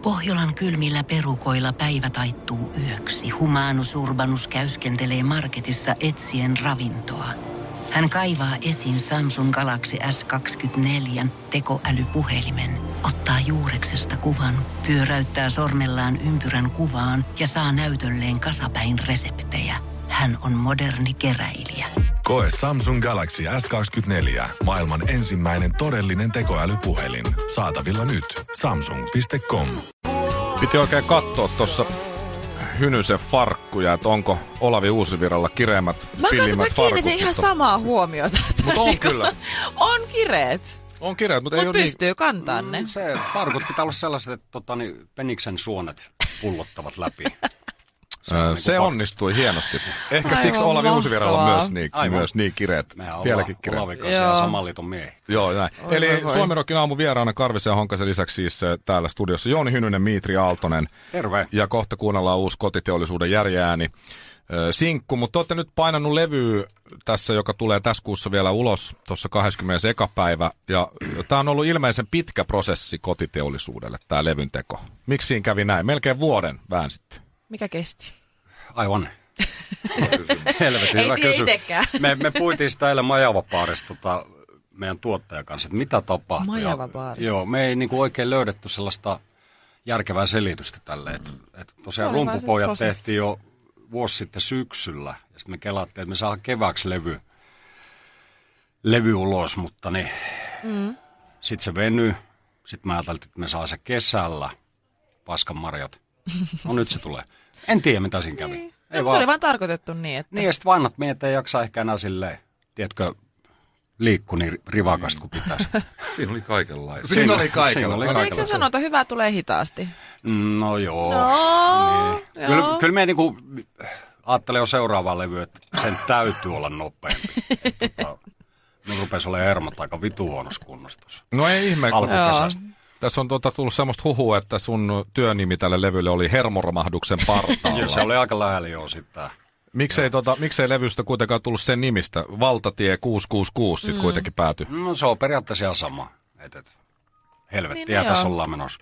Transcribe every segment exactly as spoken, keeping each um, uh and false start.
Pohjolan kylmillä perukoilla päivä taittuu yöksi. Humanus Urbanus käyskentelee marketissa etsien ravintoa. Hän kaivaa esiin Samsung Galaxy S kaksikymmentäneljä tekoälypuhelimen, ottaa juureksesta kuvan, pyöräyttää sormellaan ympyrän kuvaan ja saa näytölleen kasapäin reseptejä. Hän on moderni keräilijä. Koe Samsung Galaxy S kaksikymmentäneljä, maailman ensimmäinen todellinen tekoälypuhelin. Saatavilla nyt. samsung piste com. Piti oikein katsoa tuossa Hynysen farkkuja, että onko Olavi Uusivirralla kireemmät, pillimmät farkut. Mä kiinnitin ihan samaa huomiota. Mutta on kyllä. On kireet. On kireet, mutta Mut ei ole pystyy niin... kantamaan ne. Mm, se farkut pitää olla sellaiset, että tota, niin, peniksen suonet pullottavat läpi. Se, on, niin se onnistui hienosti. Ehkä aivan siksi Olavi Uusivirralla on myös niin, myös niin kireet. Mehän vieläkin kireet. Olavi kanssa ja saman liiton miehiä. Joo, näin. Oi, Eli voi, voi. Suomirokin aamu vieraana Karvisen ja Honkasen lisäksi siis täällä studiossa Jouni Hynynen, Miitri Aaltonen. Terve. Ja kohta kuunnellaan uusi kotiteollisuuden järjääni. Sinkku, mutta te olette nyt painanut levyä tässä, joka tulee tässä kuussa vielä ulos, tuossa kahdeskymmenes päivä. Ja tämä on ollut ilmeisen pitkä prosessi kotiteollisuudelle, tämä levyn teko. Miksi siinä kävi näin? Melkein vuoden väänsitte. Mikä kesti? Aivan. Helvetin hyvä Ei tiedä kysymys. itekään. Me, me puitiin sitä eilen Majava-baarissa tota, meidän tuottajan kanssa, että mitä tapahtuu. Majava-baarissa? Joo, me ei niinku oikein löydetty sellaista järkevää selitystä tälle. Että et tosiaan Se oli vaan se rumpupojat prosessi. tehtiin jo vuosi sitten syksyllä. Ja sitten me kelattiin, että me saadaan kevääksi levy, levy ulos, mutta niin, mm. sitten se venyi. Sitten mä ajattelin, että me saa se kesällä, paskanmarjat. No nyt se tulee. En tiedä, mitä siinä kävi. Niin. Ei No, vaan. se oli vaan tarkoitettu niin, että... Niin, ja sitten vanhat miehet ei jaksa ehkä enää silleen, tiedätkö, liikku niin rivakasta kuin pitäisi. Siinä oli kaikenlaista. Siinä oli kaikella. Siinä oli Mutta eikö se sanota, hyvää tulee hitaasti? No joo. No, niin. joo. Kyllä, kyllä me niinku ajattelee jo seuraavaa levyä, että sen täytyy olla nopeampi. tota, nyt rupesi olemaan hermot aika vitu huonossa kunnossa. No ei ihme, kun Alkukesästä. tässä on tuota, tullut semmoista huhua, että sun työnimi tälle levylle oli Hermoromahduksen partaalla. Joo, se oli aika lähellä jo sitten. Miksei, tota, miksei levystä kuitenkaan tullut sen nimistä? Valtatie kuusi kuusi kuusi sitten mm. kuitenkin päätyi. No se on periaatteessa ihan sama. Et, et, helvettiä Niin, tässä joo. ollaan menossa.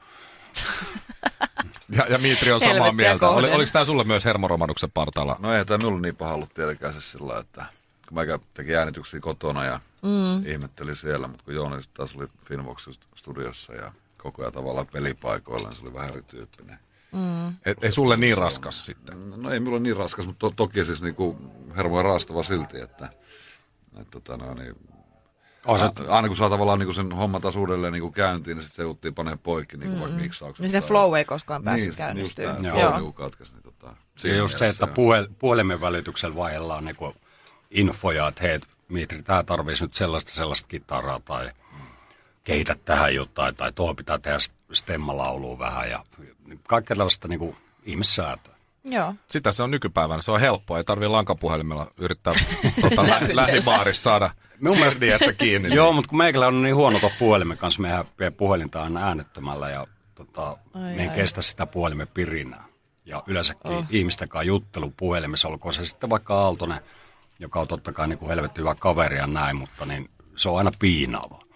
Ja, ja Miitri on samaa Helvettiä mieltä. Oli, kohden. oliko tämä sulle myös Hermoromahduksen partaalla? No ei tämä minulla niin paha ollut tietenkään se sillä lailla, että kun mä tekin äänityksiä kotona ja mm. ihmettelin siellä, mutta kun Jooni taas oli Finvoxin studiossa ja koko ajan tavallaan pelipaikoilla, niin se oli vähän erityyppinen. Mm. Et, ei sulle niin raskas sitten? No ei minulla niin raskas, mutta to, toki siis niinku hermoja raastava silti, että, että tota no, niin, Oh, se, a, aina kun saa tavallaan niinku sen homman taas uudelleen niinku käyntiin, niin sitten se jouttiin paneen poikki, niinku mm. vaikka miksaukset. Niin se flow ei koskaan päässyt niin, käynnistyä. Niin, Joo. just tämä niinku katkesi. Niin, tota, ja just se, että puhe, puhelimen välityksellä vaihdellaan niinku infoja, että hei, Miitri, tää tarvitsisi nyt sellaista sellaista kitaraa tai kehitä tähän jotain, tai tuohon pitää tehdä stemmalaulua vähän ja kaikkea tällaista niinku ihmissäätöä. Joo. Sitä se on nykypäivänä. Se on helppoa. Ei tarvitse lankapuhelimella yrittää tota, lä- lähibaarissa saada särdiästä kiinni. Joo, mutta kun meikällä on niin huono tuon puhelimen kanssa, mehän vie puhelinta aina äänettömällä ja tota, me ei ai. kestä sitä puhelimen pirinää. Ja yleensäkin oh. ihmisten kanssa juttelu puhelimessa, olkoon se sitten vaikka Aaltonen, joka on totta kai niin kuin helvetti hyvä kaveri ja näin, mutta niin se on aina piinaava.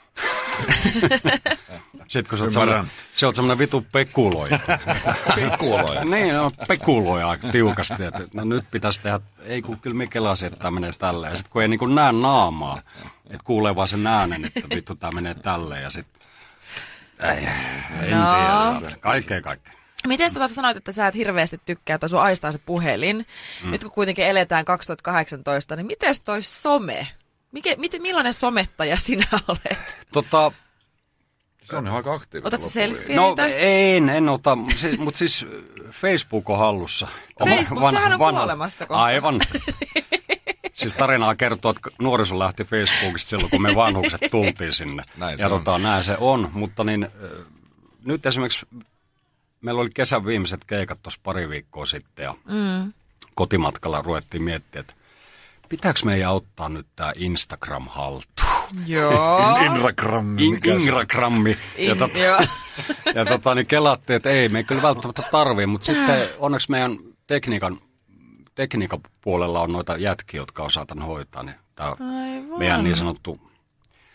Sitten kun sä oot semmoinen, sä oot semmoinen vitu pekuloija. Pekuloija? Niin, no, pekuloija aika tiukasti. Että, no nyt pitäisi tehdä, ei kun kyllä me kelasi, että tämä menee tälleen. Ja sitten kun ei niin kuin näe naamaa, että kuulee vaan sen äänen, että vittu tämä menee tälleen. Ja sitten, ei, en No. tiedä, kaikkea kaikkea. Miten sä taas sanoit, että sä et hirveästi tykkää, että sun aistaa se puhelin? Mm. Nyt kun kuitenkin eletään kaksituhattakahdeksantoista, niin miten toi some? Mikä, mit, millainen somettaja sinä olet? Tota, se on ihan aika aktiivinen. Otat sä selfie no niitä? en, en ota, siis, mutta siis Facebook on hallussa. Facebook, sehän on kuolemassa kohta. Aivan. Siis tarinaa kertoo, että nuoriso lähti Facebookista silloin, kun me vanhukset tultiin sinne. Näin se ja on. tota, näin se on, mutta niin, äh, nyt esimerkiksi meillä oli kesän viimeiset keikat tuossa pari viikkoa sitten ja mm. kotimatkalla ruvettiin miettimään, että pitääkö meidän ottaa nyt tämä Instagram haltuun? Joo. Inragrammi. In, Ingrammi. Ja, In, tota, joo. ja tota, niin kelattiin, että ei, me ei kyllä välttämättä tarvii, mutta sitten onneksi meidän tekniikan, tekniikan puolella on noita jätkiä, jotka osaa tämän hoitaa. Niin tämä Aivan. meidän niin sanottu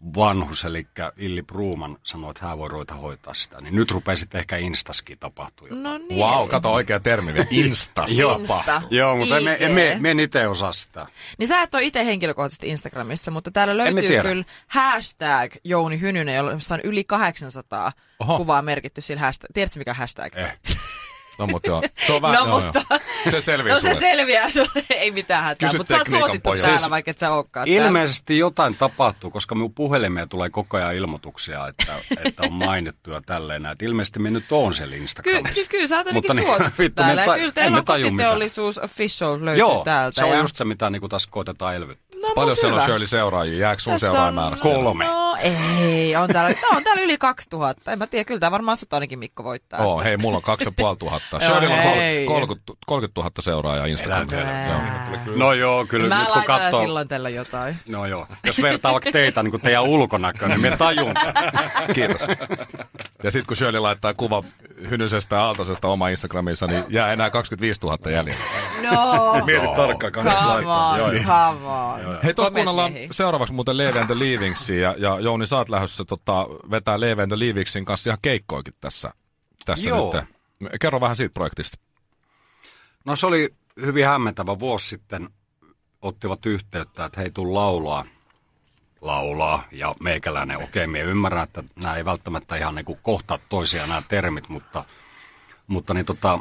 vanhus, eli Illi Bruuman sanoi, että hän voi ruveta hoitaa sitä. Niin nyt rupeaa sitten ehkä Instaskin tapahtua. No niin. Wow, kato oikea termi vielä. Insta. Insta. Joo, mutta I G. me, me, me en itse osaa sitä. Niin sä et ole itse henkilökohtaisesti Instagramissa, mutta täällä löytyy kyllä hashtag Jouni Hynynen, jossa on yli kahdeksansataa Oho. kuvaa merkitty sillä hashtag. Tiedätkö mikä hashtag? Eh. No mutta joo. Se on vähän, No joo, mutta... joo. Se selviää No se sulle. selviää sulle, ei mitään hätää, Kysy mutta sä oot tekniikan suosittu pojat. täällä, Siis vaikka et sä olekaan täällä. Ilmeisesti jotain tapahtuu, koska minun puhelimeen tulee koko ajan ilmoituksia, että, että on mainittu ja tälleen. Että ilmeisesti minä nyt oon siellä Instagramissa. Ky- siis kyllä sä oot ainakin Mutta niin, suosittu vittu, täällä. me Ja ta- kyllä en teillä me on taju kotiteollisuus official löytyy Joo, täältä. se on ja... just se, mitä niinku tässä koitetaan elvyttää. No, Paljon mut siellä on hyvä. Shirley seuraajia? Jääkö sun Tässä seuraajamäärästä? on- Kolme. No ei, on täällä, no, on täällä yli kaksituhatta. En mä tiedä, kyllä tää varmaan sut ainakin Mikko voittaa. Oo, hei, mulla on kaksi ja puoli tuhatta. Joo, Shirleyllä on hei. kolmekymmentätuhatta seuraajaa Instagramissa. Älä. Joo. No joo, kyllä Mä nyt kun laitan katsoo... silloin tällä jotain. No joo, jos vertaa vaikka teitä niin kuin teidän ulkonäköön, niin me tajun. Kiitos. Ja sitten kun Shirley laittaa kuva Hynysestä ja Aaltosesta oma Instagramissa, niin jää enää kaksikymmentäviisituhatta jäljellä. No, Mieti tarkkaan, kannattaa come laittaa. Joo, on, joo. come on. Hei, tuossa Komeet kuunnellaan miehiä. seuraavaksi muuten Leave and the Leavingsia, ja, ja Jouni, sä oot lähdössä tota, vetää Leave and the Leavingsin kanssa ihan keikkoikin tässä, tässä Joo. nyt. Kerro vähän siitä projektista. No se oli hyvin hämmentävä. Vuosi sitten ottivat yhteyttä, että hei, tuu laulaa. Laulaa. Ja meikäläinen, okei, minä ymmärrän, että nämä ei välttämättä ihan niin kuin kohtaa toisiaan nämä termit, mutta, mutta niin tota,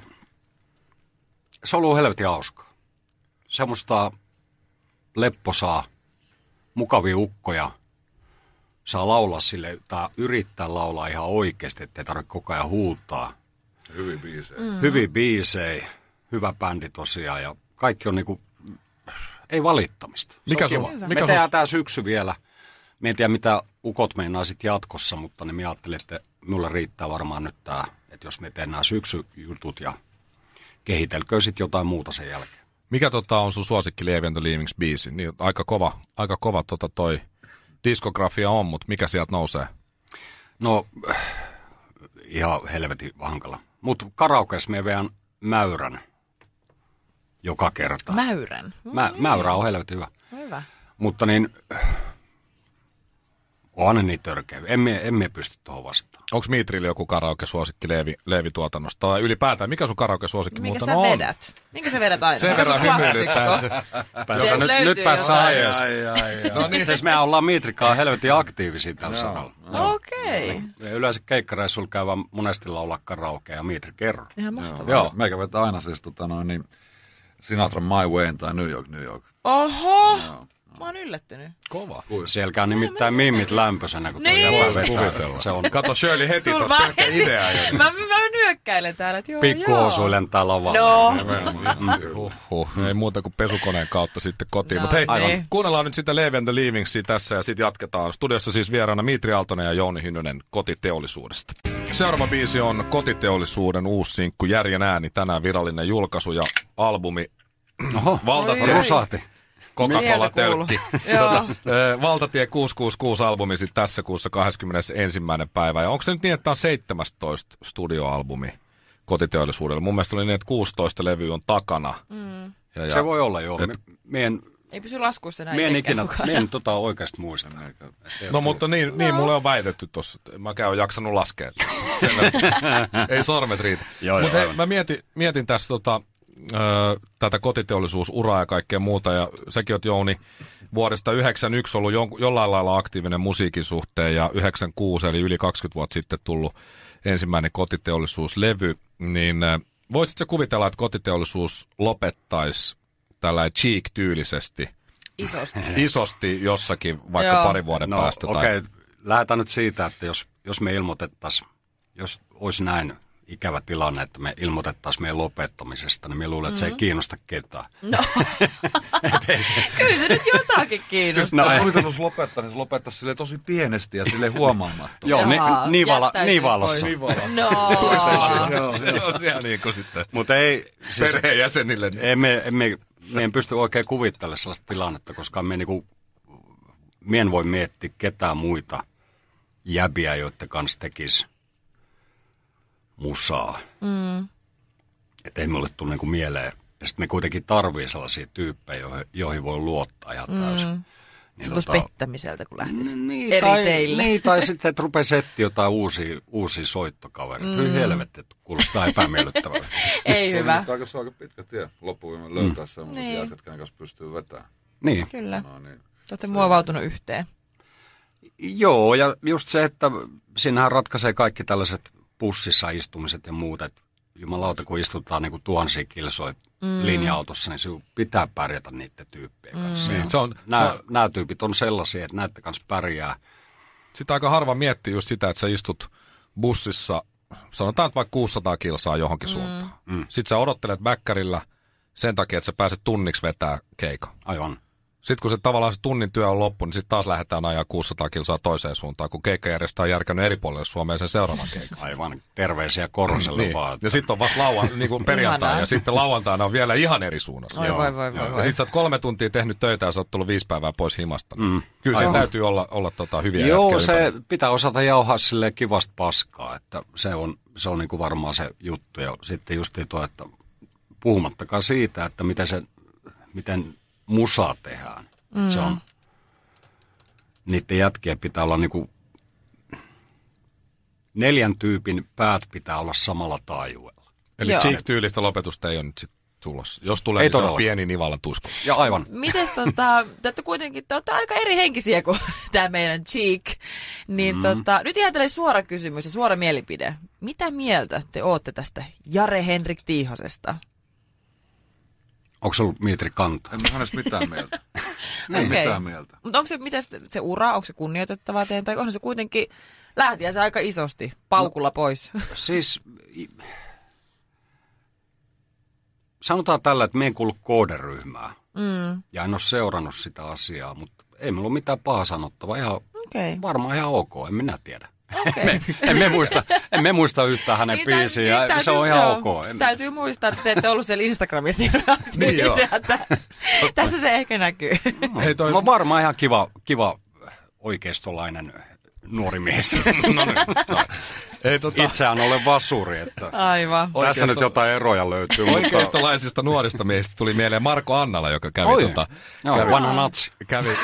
se on ollut helvetin hauskaa. Semmoista lepposaa, mukavia ukkoja. Saa laulaa sille, tai yrittää laulaa ihan oikeasti, ettei tarvitse koko ajan huutaa. Hyvin biisejä. Mm. Hyviä biisejä, hyvä bändi tosiaan ja kaikki on niinku, ei valittamista. Se Mikä on sun- kiva. mikä Me sun- tehdään tää syksy vielä. Mä en tiedä mitä ukot meinaa sit jatkossa, mutta niin mä ajattelin, että mulla riittää varmaan nyt tää, että jos me teen nämä syksyjutut ja kehitelkö sit jotain muuta sen jälkeen. Mikä tota on sun suosikki Leave and the Leavings biisi? Niin, aika kova, aika kova tota toi diskografia on, mutta mikä sieltä nousee? No, ihan helvetin hankala. Mutta karaokeessa me veän mäyrän joka kerta. Mäyrän. Mä, mäyrä on helvetin hyvä. Hyvä. Mutta niin, onhan ne niin törkeä. Emme, emme pysty tuohon vastaan. Onko Miitrillä joku karaoke-suosikki Leevi, Leevi-tuotannosta? Tai ylipäätään, mikä sun karaoke-suosikki Minkä muuten sä on? vedät? Minkä sä vedät aina? Sen Mikä verran sun hymyilyttää klassikko? se. Päässä, nyt, löytyy nyt päässä jotain. ajees. Ai, ai, ai. No niin. Siis mehän ollaan Miitrikaan helvetin aktiivisia tällä sanalla. Okei. Okay. Me yleensä keikkareissulla käydään monesti laulaa karaokea ja Miitri kerro. Ihan mahtavaa. Joo, meikä vetää aina siis tota noin niin Sinatran My Way tai New York, New York. Oho! Mä oon yllättynyt. Kova. Siellä käy nimittäin mimmit lämpöisenä, kun tuo Niin. jäpä vetää. Se on Kato Shirley heti, Sul tuossa mä, pelkkä idea. jo. mä, mä nyökkäilen täällä, että joo, pikkuhousuja joo. lentää lavalle. No. Huhhuh, ei muuta kuin pesukoneen kautta sitten kotiin. No Mutta hei, niin. kuunnellaan nyt sitä Leave and the Leavingsia tässä ja sitten jatketaan. Studiossa siis vieraana Miitri Aaltonen ja Jouni Hynynen Kotiteollisuudesta. Seuraava biisi on Kotiteollisuuden uusi sinkku Järjen ääni, tänään virallinen julkaisu ja albumi Oho, Valtatie, rusahti. Coca-Cola Sieltä kuuluu. tölkki. Joo. Tota, ö, Valtatie kuusi kuusi kuusi albumi sitten tässä kuussa kahdeskymmenesensimmäinen päivä. Ja onko se nyt niin, että tämä on seitsemästoista studioalbumi Kotiteollisuudelle? Mun mielestä oli niin, että kuusitoista levyä on takana. Mm. Ja, ja, Se voi olla, joo. Et- Me, me en, Ei pysy laskuissa näin. me en mitenkään ikinä, mukaan. me en tota oikeasti muista. No mutta niin, niin mulle on väitetty tossa. Mä käyn jaksanut laskea. Sen verran. Ei sormet riitä. Joo, Mutta joo, hei, mä mietin, mietin tässä tota, ö, tätä kotiteollisuusuraa ja kaikkea muuta. Ja säkin oot, Jouni, vuodesta yhdeksänkymmentäyksi ollut jon, jollain lailla aktiivinen musiikin suhteen. Ja yhdeksänkymmentäkuusi, eli yli kaksikymmentä vuotta sitten tullut ensimmäinen kotiteollisuuslevy. Niin ö, voisitko sä kuvitella, että kotiteollisuus lopettaisi tällä cheek-tyylisesti? Isosti. Isosti jossakin vaikka Joo. parin vuoden No päästä. okei, okay. Lähdetään nyt siitä, että jos, jos me ilmoitettaisiin, jos olisi näin ikävä tilanne, että me ilmoitettaisiin meidän lopettamisesta, niin me luulen, että mm-hmm. se ei kiinnosta ketään. No. Kyllä se nyt jotakin kiinnostaa. No, jos kuvitellut lopettaa, niin se lopettaisi sille tosi pienesti ja sille huomaamatta. Joo, ni, Jaha, Niivala, jättäytyisi Niivalossa. pois. No. Joo, joo, siellä niin kuin sitten Mutta ei, siis, perheenjäsenille. Niin. emme, emme, me en pysty oikein kuvittelemaan sellaista tilannetta, koska me niinku, me en voi miettiä ketään muita jäbiä, joiden kanssa tekisi musaa. Mm. Että ei mulle tule niinku mieleen. Ja sitten me kuitenkin tarvii sellaisia tyyppejä, joihin, joihin voi luottaa ihan täysin. Mm. Se tuntuisi tota, pettämiseltä, kun lähtisi niin, eri tai, teille. Niin, tai sitten, että rupesi etsiä jotain uusia, uusia soittokavereita. Mm. Kyllä helvetti, että kuulostaa epämiellyttävältä. Ei se hyvä. On, aika, se on aika pitkä tie loppuviimein löytää mm. sellaiset niin. jätkät, kenen kanssa pystyy vetämään. Niin. Kyllä. No, niin. Te olette muovautunut yhteen. Joo, ja just se, että siinähän ratkaisee kaikki tällaiset pussissa istumiset ja muut, että jumalauta, kun istutaan niin kuin tuhansia kilsoja mm. linja-autossa, niin sinun pitää pärjätä niiden tyyppien kanssa. Mm. Niin, se on, nämä, se on, nämä tyypit on sellaisia, että näiden kanssa pärjää. Sitä aika harva miettii just sitä, että sä istut bussissa, sanotaan että vaikka kuusisataa kilsaa johonkin mm. suuntaan. Mm. Sitten sä odottelet bäkkärillä sen takia, että sä pääset tunniksi vetää keikan. Aivan. Sitten kun se tavallaan se tunnin työ on loppu, niin sitten taas lähdetään ajaa kuusisataa kilsaa toiseen suuntaan, kun keikkajärjestä on järkännyt eri puolelle Suomeen sen seuraavan keikan. Aivan, terveisiä Koroselle niin. vaan. Ja sitten on vasta lauan, niin kuin perjantai, ja sitten lauantaina on vielä ihan eri suunnassa. Oi, voi, voi, voi, ja sitten sä oot kolme tuntia tehnyt töitä ja sä oot tullut viisi päivää pois himasta. Mm. Kyllä siinä täytyy olla, olla tota hyviä Joo, jätkiä se ympäri. pitää osata jauhaa silleen kivasta paskaa, että se on, se on niin kuin varmaan se juttu. Ja sitten just tuo, että puhumattakaan siitä, että miten, se, miten musaa tehdään. Mm. Se on, niiden jätkien pitää olla niinku, neljän tyypin päät pitää olla samalla taajuudella. Eli Cheek-tyylistä lopetusta ei ole nyt sit tulossa. Jos tulee, ei niin se on pieni nivalan tusku. Ja aivan. Mites tota, te olette kuitenkin, te olette aika eri henkisiä kuin tämä meidän Cheek. Niin mm. tota, nyt ihan tällainen suora kysymys ja suora mielipide. Mitä mieltä te ootte tästä Jare Henrik Tiihosesta? Onko se ollut Mietri Kantaa? En mä hänestä mitään mieltä. Ei okay. mitään mieltä. Mutta onko se, miten se ura, onko se kunnioitettavaa teidän, tai onhan se kuitenkin, lähtiä se aika isosti, paukulla no, pois? Siis, sanotaan tällä, että me en kuulu kooderyhmää, mm. ja en ole seurannut sitä asiaa, mutta ei meillä ole mitään paha sanottavaa, ihan, okay. varmaan ihan ok, en minä tiedä. Okay. me, emme, muista, emme muista yhtään hänen niin, biisiä, ja niin, se on ihan joo. ok. En... Täytyy muistaa, että te ette ollut siellä Instagramissa. niin joo. Tässä se ehkä näkyy. No, Hei, toi... no varmaan ihan kiva, kiva oikeistolainen nuori mies. no niin, no. Ei, tota... Itseään ole vasuri, että aivan. Tässä Oikeisto... nyt jotain eroja löytyy. Oikeistolaisista nuorista miehistä tuli mieleen Marko Annala, joka kävi, tota, Joo, kävi, vanha natsi. Kävi,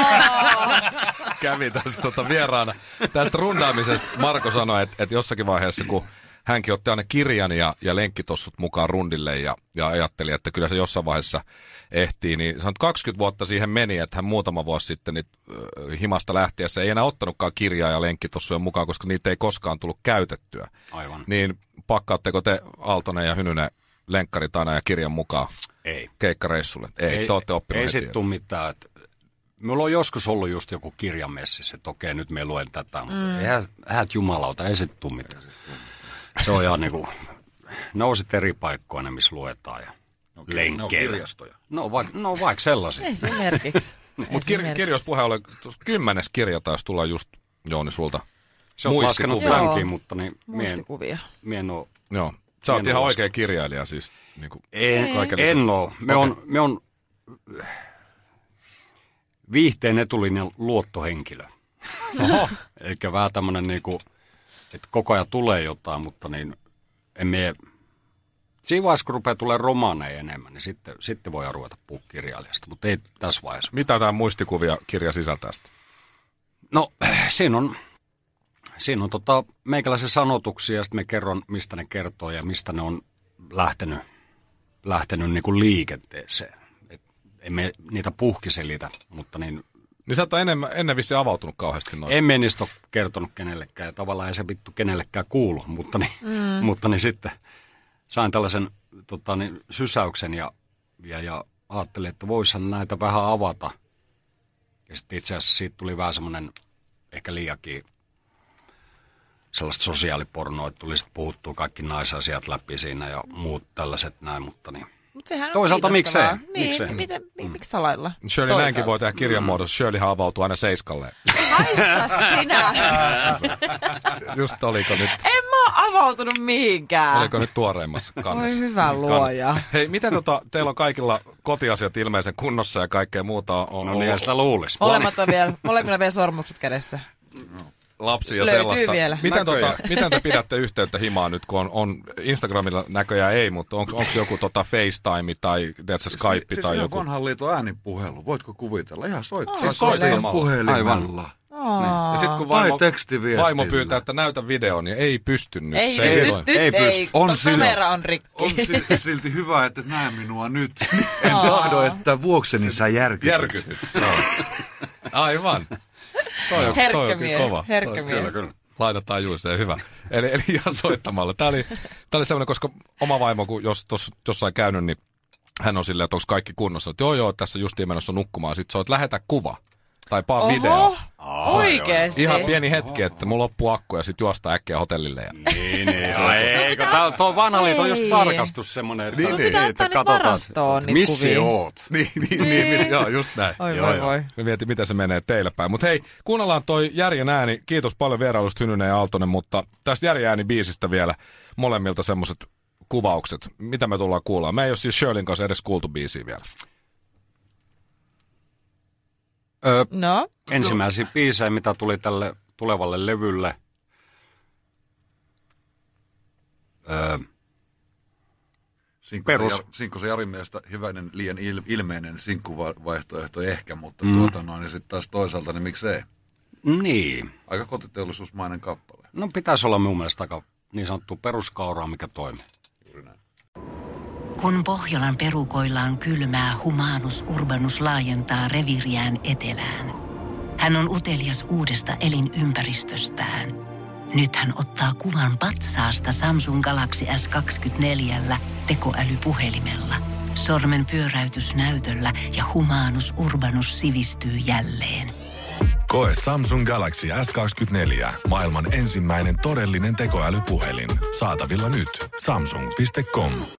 kävi tässä tota, vieraana. Tästä rundaamisesta Marko sanoi, että, että jossakin vaiheessa, kun hänkin otti aina kirjan ja, ja lenkkitossut mukaan rundille ja, ja ajatteli, että kyllä se jossain vaiheessa ehtii, niin sanot kaksikymmentä vuotta siihen meni, että hän muutama vuosi sitten niin, äh, himasta lähtiessä ei enää ottanutkaan kirjaa ja lenkkitossuja mukaan, koska niitä ei koskaan tullut käytettyä. Aivan. Niin pakkaatteko te Aaltonen ja Hynynen lenkkarit aina ja kirjan mukaan ei. keikkareissulle? Ei, ei te olette oppineet. Ei sitten tule mitään. Että minulla on joskus ollut just joku kirjamessissä, että okei, nyt me luen tätä, mutta mm. eihän, eihän jumalauta, ei sitten tule mitään. Se on ihan niinku, nousit eri paikkoina, missä luetaan ja no, lenkkeillä. Ne on kirjastoja. No vaikka no, vaik sellaisia. Esimerkiksi. Mutta kir- kirjoissa puheen ollen, kymmenes kirja taisi tulla just, Jouni, sulta. Se on laskenut blankiin, mutta niin muistikuvia. Mie en oo. Joo, sä oot ihan oikea kirjailija siis. Niin kuin en, en oo. Me on, me on viihteen etulinjan luottohenkilö. Oho. Eikä vähän tämmönen niinku, että koko ajan tulee jotain, mutta niin emme. Siinä vaiheessa, kun rupeaa tulemaan romaaneja enemmän, niin sitten, sitten voidaan ruveta puhua kirjailijasta, mutta ei tässä vaiheessa. Mitä tämä muistikuvia kirja sisältää sitä? No, siinä on, siinä on tota, meikäläisiä sanotuksia, ja sitten me kerron, mistä ne kertoo ja mistä ne on lähtenyt, lähtenyt niin kuin liikenteeseen. Et emme niitä puhkiselitä, mutta niin. Niin sä et ole ennen, ennen vissiin avautunut kauheasti noista. Emme niistä ole kertonut kenellekään, ja tavallaan ei se vittu kenellekään kuulu, mutta niin, mm. mutta niin sitten sain tällaisen tota, niin, sysäyksen ja, ja, ja ajattelin, että voisihan näitä vähän avata. Ja sitten itse asiassa siitä tuli vähän semmoinen ehkä liiakin sellaista sosiaalipornoa, että tuli sitten puhuttua kaikki naisasiat läpi siinä ja muut tällaiset näin, mutta niin. Mut sehän on toisaalta miksei. Niin, miksei? Miten, mm. miksi salailla? Shirley toisaalta. Näinkin voi tehdä kirjan muodossa. Shirleyhän avautuu aina seiskalle. Haista sinä! Just oliko nyt? En mä oo avautunut mihinkään. Oliko nyt tuoreimmassa kannessa? Voi hyvä luoja. Hei, miten tota, teillä on kaikilla kotiasiat ilmeisen kunnossa ja kaikkea muuta on? No niin, sitä luulisi. Molemmat on vielä, molemmilla vielä sormukset kädessä. No, lapsia ja Löytyy sellaista. vielä. Miten, tota, miten te pidätte yhteyttä himaan nyt, kun on, on Instagramilla näköjään ei, mutta onko joku tota FaceTime tai tiedätkö, Skype siis, tai siis joku? vanhan liiton äänipuhelu, voitko kuvitella? Ihan soit, Oh, siis soittamalla. puhelimella. Niin. Ja sit kun Tai vaimo, tekstiviestillä. vaimo pyytää, että näytä video, niin ei pysty nyt. Ei, se ei, ei, nyt, voi. nyt ei ei, pysty. On on sillä- kamera on rikki. On silti, silti hyvä, että et näe minua nyt. En tahdo, että vuokseni sä järkytyt. Järkytyt. No. Aivan. Toi on, Herkkä toi on kyllä mies, kova. herkkä Toi- mies. Kyllä, kyllä. Laitetaan juuri se, hyvä. Eli, eli ihan soittamalla. Tämä oli, tämä oli semmoinen, koska oma vaimo, kun jos tuossa jossain käynyt, niin hän on silleen, että onko kaikki kunnossa. Että joo, joo, tässä justiin menossa nukkumaan. Sitten soit, lähetä kuva. Tai paa Oho, video. oikeesti. Ihan pieni hetki, että mulla loppuu akku ja sitten juostaa äkkiä hotellille. Ja... Niin, niin. Ai, eikö, tää, tuo vanha liitto on just Ei. tarkastus semmoinen, että, Niin, niin. Pitää ottaa nyt varastoon että niitä missä kuvia. oot. Niin, niin, niin, niin, joo, just näin. Oi joo, voi joo. voi. Me mietin, miten se menee teille päin. Mutta hei, kuunnellaan toi Järjen ääni. Kiitos paljon vierailusta Hynynen ja Aaltonen, mutta tästä Järjen ääni-biisistä vielä molemmilta semmoiset kuvaukset. Mitä me tullaan kuulemaan? Me ei ole siis Shirleyn kanssa edes kuultu biisiä vielä. Öö, No, ensimmäisiä biisejä, mitä tuli tälle tulevalle levylle. Öö, Perus. Perus. Sinkkosen Jarin mielestä hyväinen, liian il, ilmeinen sinkkuvaihtoehto ehkä, mutta mm. tuota noin, ja sitten taas toisaalta, niin miksei? niin. Aika kotiteollisuusmainen kappale. No pitäisi olla mun mielestä aika niin sanottu peruskauraa, mikä toimii. Juuri näin. Kun Pohjolan perukoillaan kylmää, Humanus Urbanus laajentaa reviiriään etelään. Hän on utelias uudesta elinympäristöstään. Nyt hän ottaa kuvan patsaasta Samsung Galaxy S kaksikymmentäneljä tekoälypuhelimella. Sormen pyöräytys näytöllä ja Humanus Urbanus sivistyy jälleen. Koe Samsung Galaxy S kaksikymmentäneljä. Maailman ensimmäinen todellinen tekoälypuhelin. Saatavilla nyt. Samsung piste com.